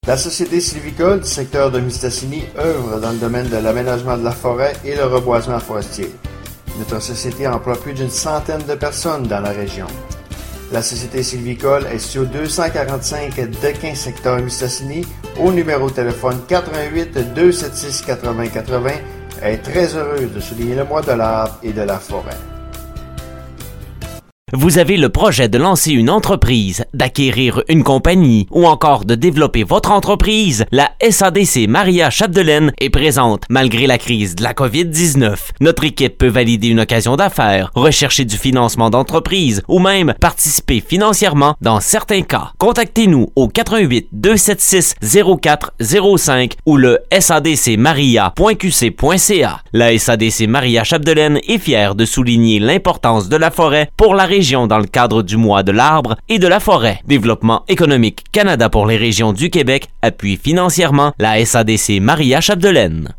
La Société sylvicole du secteur de Mistassini œuvre dans le domaine de l'aménagement de la forêt et le reboisement forestier. Notre société emploie plus d'une centaine de personnes dans la région. La Société sylvicole est située au 245 Dequin, secteur Mistassini, au numéro de téléphone 88 276 80 80, est très heureuse de souligner le mois de l'arbre et de la forêt. Vous avez le projet de lancer une entreprise, d'acquérir une compagnie ou encore de développer votre entreprise? La SADC Maria Chapdelaine est présente malgré la crise de la COVID-19. Notre équipe peut valider une occasion d'affaires, rechercher du financement d'entreprise ou même participer financièrement dans certains cas. Contactez-nous au 88 276 0405 ou le sadcmaria.qc.ca. La SADC Maria Chapdelaine est fière de souligner l'importance de la forêt pour la région dans le cadre du mois de l'arbre et de la forêt. Développement économique Canada pour les régions du Québec appuie financièrement la SADC Maria Chapdelaine.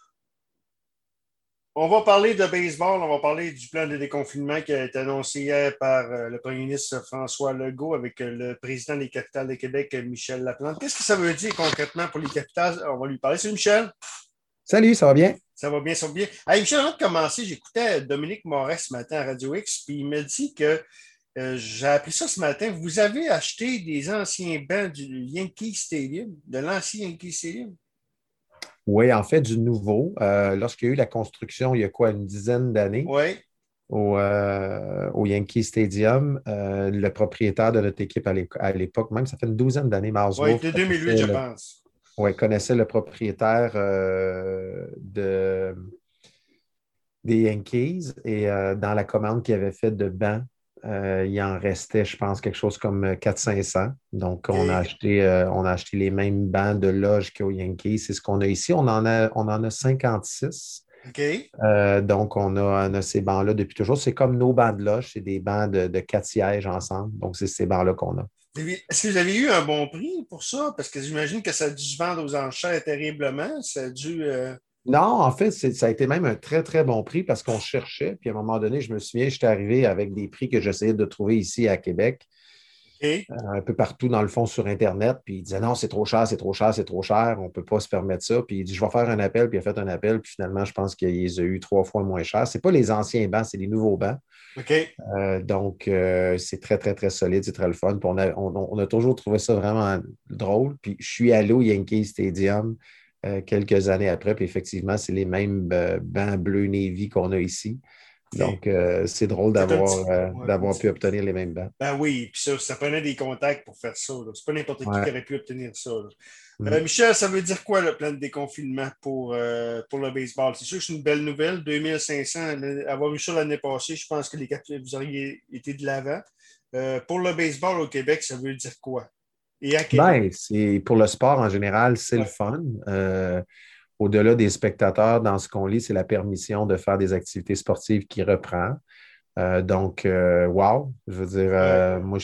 On va parler de baseball, on va parler du plan de déconfinement qui a été annoncé hier par le premier ministre François Legault avec le président des Capitales de Québec, Michel Laplante. Qu'est-ce que ça veut dire concrètement pour les capitales? On va lui parler. Salut Michel. Salut, ça va bien? Ça va bien, ça va bien. Hey, Michel, avant de commencer, j'écoutais Dominique Moret ce matin à Radio X, puis il me dit que, j'ai appris ça ce matin, vous avez acheté des anciens bancs du Yankee Stadium, de l'ancien Yankee Stadium. Oui, en fait, du nouveau. Lorsqu'il y a eu la construction, il y a quoi, une dizaine d'années, Oui. au Yankee Stadium, le propriétaire de notre équipe à l'époque, même ça fait une douzaine d'années, Mars Oui, Wolf, de 2008, je pense. Oui, connaissait le propriétaire des Yankees et dans la commande qu'il avait faite de bancs, il en restait, je pense, quelque chose comme 400-500. Donc, on a acheté les mêmes bancs de loge qu'aux Yankees. C'est ce qu'on a ici. On en a 56. OK. Donc, on a ces bancs-là depuis toujours. C'est comme nos bancs de loge. C'est des bancs de 4 sièges ensemble. Donc, c'est ces bancs-là qu'on a. Est-ce que vous avez eu un bon prix pour ça? Parce que j'imagine que ça a dû se vendre aux enchères terriblement. Ça a dû... Non, en fait, ça a été même un très, très bon prix parce qu'on cherchait. Puis à un moment donné, je me souviens, j'étais arrivé avec des prix que j'essayais de trouver ici à Québec, OK. un peu partout dans le fond sur Internet. Puis il disait non, c'est trop cher, c'est trop cher, c'est trop cher, on ne peut pas se permettre ça. Puis il dit je vais faire un appel, puis il a fait un appel. Puis finalement, je pense qu'il les a eu 3 fois moins cher. Ce n'est pas les anciens bancs, c'est les nouveaux bancs. OK. Donc, c'est très, très, très solide, c'est très le fun. Puis on a toujours trouvé ça vraiment drôle. Puis je suis allé au Yankee Stadium quelques années après, puis effectivement, c'est les mêmes bancs bleu navy qu'on a ici. Okay. Donc, c'est drôle d'avoir pu obtenir les mêmes bancs. Ben oui, puis ça prenait des contacts pour faire ça. C'est pas n'importe qui aurait pu obtenir ça. Michel, ça veut dire quoi le plan de déconfinement pour le baseball? C'est sûr que c'est une belle nouvelle. 2500, avoir eu ça l'année passée, je pense que vous auriez été de l'avant. Pour le baseball au Québec, ça veut dire quoi? Et à Québec? Pour le sport en général, c'est le fun. Au-delà des spectateurs, dans ce qu'on lit, c'est la permission de faire des activités sportives qui reprend. Donc, wow! Je veux dire, moi,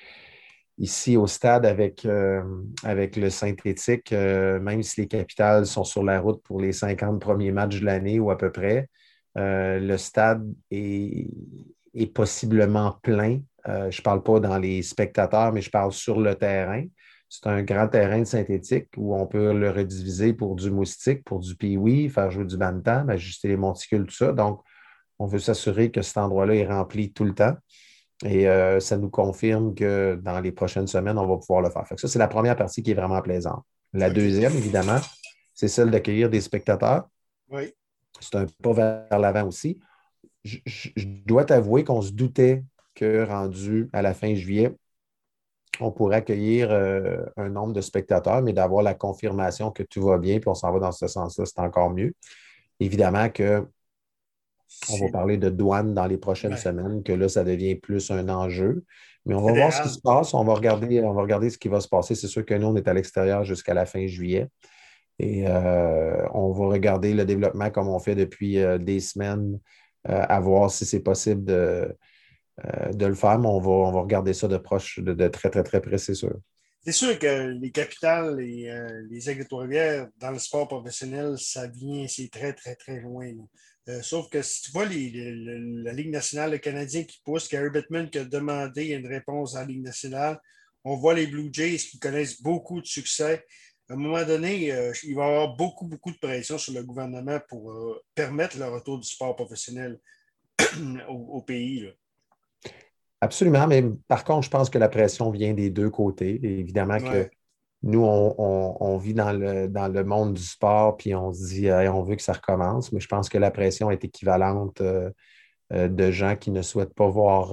ici au stade avec le synthétique, même si les Capitales sont sur la route pour les 50 premiers matchs de l'année ou à peu près, le stade est possiblement plein. Je ne parle pas dans les spectateurs, mais je parle sur le terrain. C'est un grand terrain de synthétique où on peut le rediviser pour du moustique, pour du pee-wee, faire jouer du bantam, ajuster les monticules, tout ça. Donc, on veut s'assurer que cet endroit-là est rempli tout le temps. Et ça nous confirme que dans les prochaines semaines, on va pouvoir le faire. Fait que ça, c'est la première partie qui est vraiment plaisante. La deuxième, évidemment, c'est celle d'accueillir des spectateurs. Oui. C'est un pas vers l'avant aussi. Je dois t'avouer qu'on se doutait que rendu à la fin juillet, on pourrait accueillir un nombre de spectateurs, mais d'avoir la confirmation que tout va bien, puis on s'en va dans ce sens-là, c'est encore mieux. Évidemment que on va parler de douane dans les prochaines semaines, que là, ça devient plus un enjeu. Mais on va voir ce qui se passe. On va regarder ce qui va se passer. C'est sûr que nous, on est à l'extérieur jusqu'à la fin juillet. Et on va regarder le développement comme on fait depuis des semaines, à voir si c'est possible de le faire, mais on va regarder ça de proche, de très, très, très près, c'est sûr. C'est sûr que les Capitales et les Aigles de Trois-Rivières, dans le sport professionnel, c'est très, très, très loin. Sauf que si tu vois la Ligue nationale, le Canadien qui pousse, Gary Bettman qui a demandé une réponse à la Ligue nationale, on voit les Blue Jays qui connaissent beaucoup de succès. à un moment donné, il va y avoir beaucoup, beaucoup de pression sur le gouvernement pour permettre le retour du sport professionnel au pays. Là. Absolument, mais par contre, je pense que la pression vient des deux côtés. Et évidemment que Ouais. nous, on vit dans le monde du sport, puis on se dit, hey, on veut que ça recommence, mais je pense que la pression est équivalente de gens qui ne souhaitent pas voir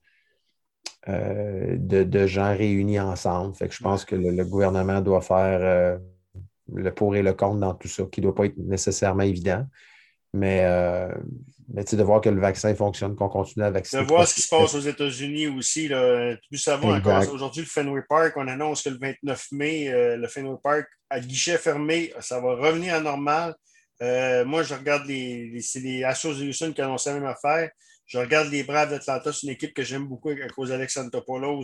de gens réunis ensemble. Fait que je pense Ouais. que le gouvernement doit faire le pour et le contre dans tout ça, qui ne doit pas être nécessairement évident. Mais, euh, mais tu sais, de voir que le vaccin fonctionne, qu'on continue à De vacciner voir trois ce qui se fois. passe aux États-unis aussi. Là. Nous savons encore Exact. aujourd'hui, le Fenway Park, on annonce que le 29 mai, le Fenway Park, à guichet fermé, ça va revenir à normal. Moi, je regarde c'est les Astros de Houston qui annoncent la même affaire. Je regarde les Braves d'Atlanta, c'est une équipe que j'aime beaucoup à cause d'Alexandropoulos.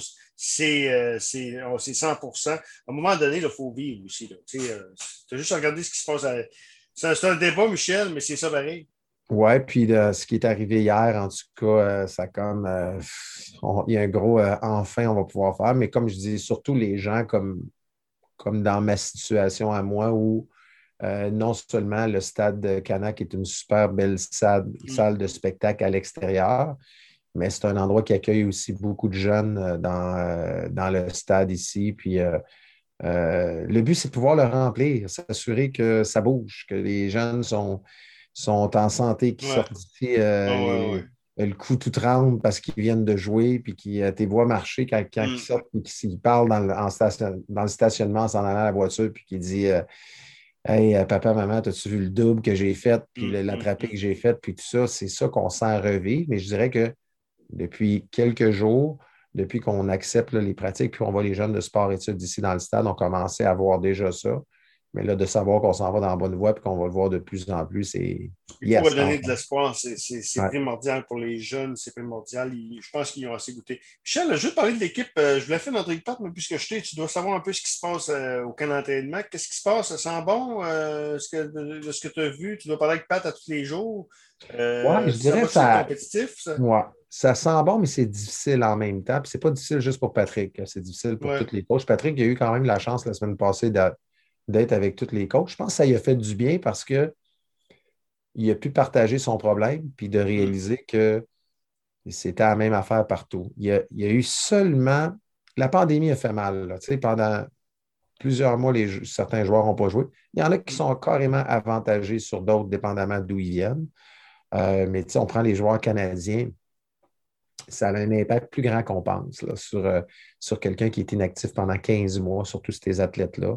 C'est 100%. À un moment donné, il faut vivre aussi. Tu as juste regardé ce qui se passe. C'est un débat, Michel, mais c'est ça pareil. Ouais, puis ce qui est arrivé hier, en tout cas, ça comme il y a un gros enfin, on va pouvoir faire. Mais comme je dis, surtout les gens comme dans ma situation à moi où non seulement le stade de Canac est une super belle Mm. salle de spectacle à l'extérieur, mais c'est un endroit qui accueille aussi beaucoup de jeunes dans le stade ici. Puis le but, c'est de pouvoir le remplir, s'assurer que ça bouge, que les jeunes sont en santé, qui Ouais. sortent d'ici Ah ouais, ouais. le cou tout tremble parce qu'ils viennent de jouer, puis qui t'es voient marcher quand ils Mm. sortent, puis qu'ils parlent dans le stationnement en s'en allant à la voiture, puis qui dit hey, papa, maman, as-tu vu le double que j'ai fait, puis Mm. l'attrapé Mm. que j'ai fait, puis tout ça, c'est ça qu'on sent revivre. Mais je dirais que depuis quelques jours, depuis qu'on accepte là, les pratiques, puis on voit les jeunes de sport-études ici dans le stade, on commençait à voir déjà ça. Mais là, de savoir qu'on s'en va dans la bonne voie, puis qu'on va le voir de plus en plus, c'est Il faut yes, redonner de enfin. l'espoir. C'est Ouais. primordial pour les jeunes. C'est primordial. Je pense qu'ils ont assez goûté. Michel, juste parler de l'équipe. Je voulais faire notre équipe, mais puisque tu dois savoir un peu ce qui se passe au camp d'entraînement. Qu'est-ce qui se passe? Ça sent bon de ce que tu as vu? Tu dois parler avec Pat à tous les jours. Ouais, je Ça dirais va-tu être ça. compétitif, ça? Ouais, ça sent bon, mais c'est difficile en même temps. Puis c'est pas difficile juste pour Patrick, c'est difficile pour Ouais. tous les coachs. Patrick a eu quand même la chance la semaine passée d'être avec tous les coachs. Je pense que ça lui a fait du bien parce que il a pu partager son problème puis de Mm. réaliser que c'était la même affaire partout. Il y a eu seulement. La pandémie a fait mal. Là. Tu sais, pendant plusieurs mois, certains joueurs n'ont pas joué. Il y en a qui Mm. sont carrément avantagés sur d'autres, dépendamment d'où ils viennent. Mais tu sais, on prend les joueurs canadiens, ça a un impact plus grand qu'on pense là, sur quelqu'un qui est inactif pendant 15 mois, surtout ces athlètes-là.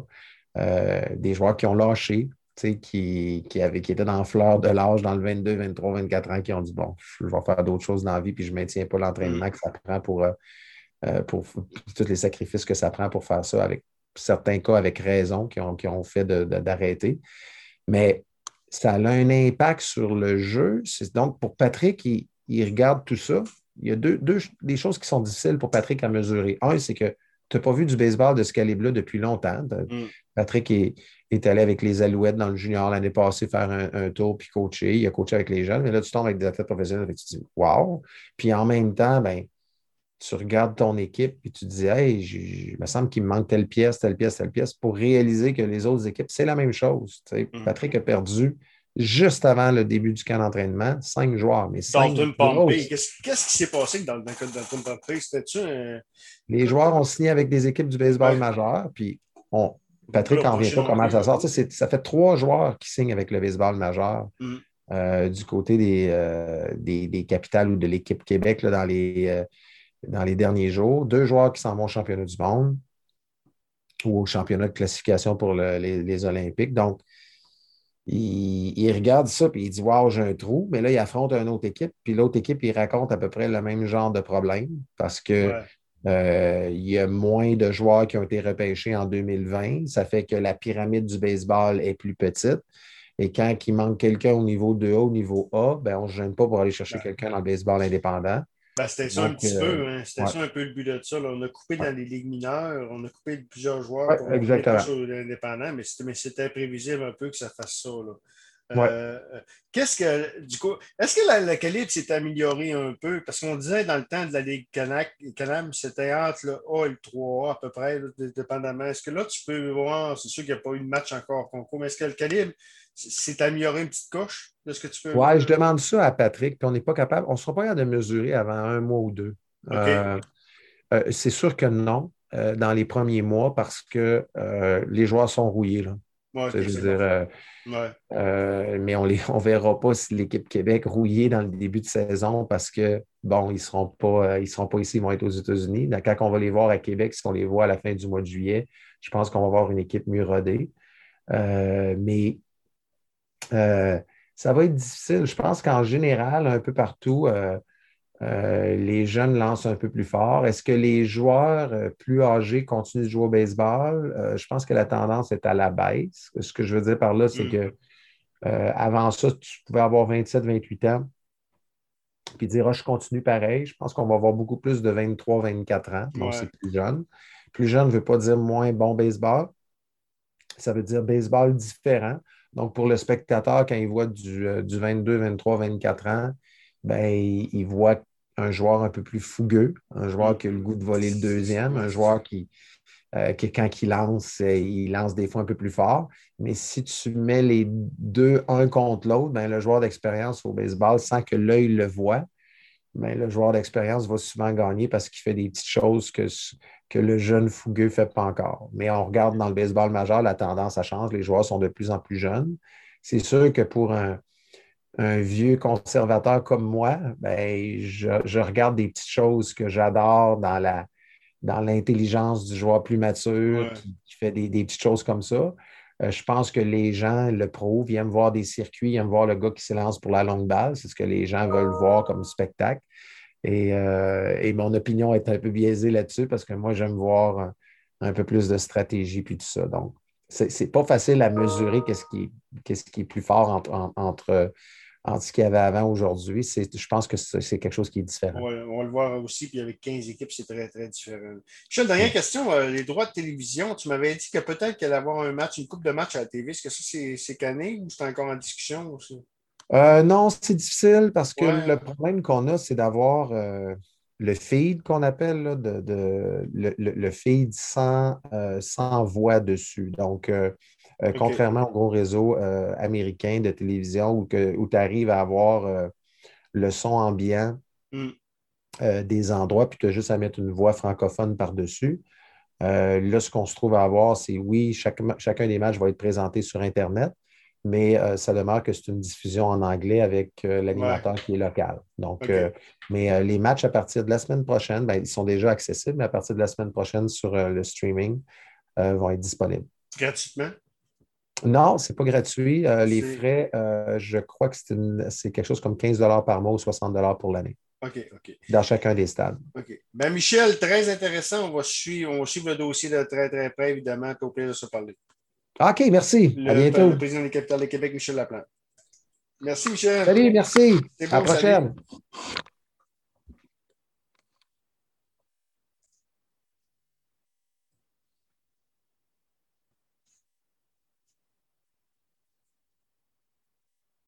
Des joueurs qui ont lâché, tu sais, qui étaient dans la fleur de l'âge, dans le 22, 23, 24 ans, qui ont dit, bon, je vais faire d'autres choses dans la vie, puis je ne maintiens pas Mm. l'entraînement que ça prend pour tous les sacrifices que ça prend pour faire ça, avec certains cas avec raison, qui ont fait d'arrêter. Mais ça a un impact sur le jeu. Donc, pour Patrick, il regarde tout ça. Il y a des choses qui sont difficiles pour Patrick à mesurer. Un, c'est que tu n'as pas vu du baseball de ce calibre-là depuis longtemps. Mm. Patrick est allé avec les Alouettes dans le junior l'année passée faire un tour puis coacher. Il a coaché avec les jeunes, mais là, tu tombes avec des athlètes professionnels et tu te dis wow. Puis en même temps, ben, tu regardes ton équipe et tu te dis hey, il me semble qu'il me manque telle pièce, telle pièce, telle pièce pour réaliser que les autres équipes, c'est la même chose. Tu sais, Mm. Patrick a perdu juste avant le début du camp d'entraînement 5 joueurs, mais 5 Dalton Pompey. grosses. Qu'est-ce qui s'est passé dans le cas de Dalton Pompey? C'était-tu Les écoute, joueurs ont signé avec des équipes du baseball ouais. majeur, puis Donc là, Patrick n'en pas vient chier pas non comment plus. ça Là. sort. Tu sais, ça fait 3 joueurs qui signent avec le baseball majeur Mm. du côté des capitales ou de l'équipe Québec là, dans les derniers jours. 2 joueurs qui s'en vont au championnat du monde ou au championnat de classification pour les Olympiques. Donc, il regarde ça puis il dit waouh, j'ai un trou. Mais là, il affronte une autre équipe. Puis l'autre équipe, il raconte à peu près le même genre de problème parce que Ouais. il y a moins de joueurs qui ont été repêchés en 2020. Ça fait que la pyramide du baseball est plus petite. Et quand il manque quelqu'un au niveau 2A, au niveau A, ben, on ne se gêne pas pour aller chercher Ben, quelqu'un dans le baseball indépendant. Ben, c'était ça un Donc, petit peu, hein. C'était ouais, ça un peu le but de ça. Là. On a coupé ouais, dans les ligues mineures, on a coupé plusieurs joueurs ouais, pour revenir exactement. plus aux indépendants, mais c'était prévisible un peu que ça fasse ça. Là. Ouais. Du coup, est-ce que le calibre s'est amélioré un peu? Parce qu'on disait dans le temps de la Ligue Canam, c'était entre le A et le 3A à peu près, là, dépendamment. Est-ce que là, tu peux voir, c'est sûr qu'il n'y a pas eu de match encore concours, mais est-ce que le calibre s'est amélioré une petite coche de ce que tu peux Ouais, voir? je demande ça à Patrick, puis on n'est pas capable, on ne sera pas capable de mesurer avant un mois ou deux. OK. C'est sûr que non, dans les premiers mois, parce que les joueurs sont rouillés, là. Ouais, Tu sais, OK, je c'est veux bon. dire, Ouais. mais on ne verra pas si l'équipe Québec rouillée dans le début de saison parce que, bon, ils seront pas ici, ils vont être aux États-Unis. Donc, quand on va les voir à Québec, si on les voit à la fin du mois de juillet, je pense qu'on va avoir une équipe mieux rodée. Mais euh, ça va être difficile. Je pense qu'en général, un peu partout, les jeunes lancent un peu plus fort. Est-ce que les joueurs plus âgés continuent de jouer au baseball? Je pense que la tendance est à la baisse. Ce que je veux dire par là, c'est Hmm. que avant ça, tu pouvais avoir 27, 28 ans, puis dire, ah, je continue pareil. Je pense qu'on va avoir beaucoup plus de 23, 24 ans, donc c'est Ouais. plus jeune. Plus jeune ne veut pas dire moins bon baseball, ça veut dire baseball différent. Donc, pour le spectateur, quand il voit du 22, 23, 24 ans, ben, il voit un joueur un peu plus fougueux, un joueur Hmm. qui a le goût de voler le deuxième, Ouais, un c'est ça. joueur qui quand il lance des fois un peu plus fort. Mais si tu mets les deux un contre l'autre, ben, le joueur d'expérience au baseball, sans que l'œil le voit, ben, le joueur d'expérience va souvent gagner parce qu'il fait des petites choses que le jeune fougueux ne fait pas encore. Mais on regarde dans le baseball majeur, la tendance, ça change. Les joueurs sont de plus en plus jeunes. C'est sûr que pour un vieux conservateur comme moi, ben, je regarde des petites choses que j'adore dans l'intelligence du joueur plus mature Ouais. qui fait des petites choses comme ça. Je pense que les gens le prouvent, ils aiment voir des circuits, ils aiment voir le gars qui s'élance pour la longue balle. C'est ce que les gens veulent voir comme spectacle. Et mon opinion est un peu biaisée là-dessus parce que moi, j'aime voir un peu plus de stratégie puis tout ça. Donc, c'est pas facile à mesurer qu'est-ce qui est plus fort entre ce qu'il y avait avant aujourd'hui. Je pense que c'est quelque chose qui est différent. On va le voir aussi, puis avec 15 équipes, c'est très, très différent. Michel, dernière Ouais. question, les droits de télévision, tu m'avais dit que peut-être qu'il allait y avoir un match, une coupe de match à la TV. Est-ce que ça, c'est cané ou c'est encore en discussion aussi? Non, c'est difficile parce que Ouais, le problème qu'on a, c'est d'avoir le feed qu'on appelle, là, le feed sans voix dessus. Donc, OK. contrairement au gros réseau américain de télévision où tu arrives à avoir le son ambiant Hmm. des endroits, puis tu as juste à mettre une voix francophone par-dessus. Là, ce qu'on se trouve à avoir, c'est oui, chacun des matchs va être présenté sur Internet, mais ça demeure que c'est une diffusion en anglais avec Ouais, l'animateur qui est local. Donc, OK. mais les matchs à partir de la semaine prochaine, ben, ils sont déjà accessibles, mais à partir de la semaine prochaine sur le streaming, vont être disponibles. Gratuitement? Non, ce n'est pas gratuit. Les C'est. frais, je crois que c'est quelque chose comme 15 par mois ou 60 pour l'année, OK, OK. dans chacun des stades. OK. Ben, Michel, très intéressant. On va suivre le dossier de très, très près, évidemment. Puis au plaisir de se parler. OK, merci. À Le bientôt. président des capitales de Québec, Michel Laplante. Merci, Michel. Salut, merci. C'est À la beau, salut. prochaine.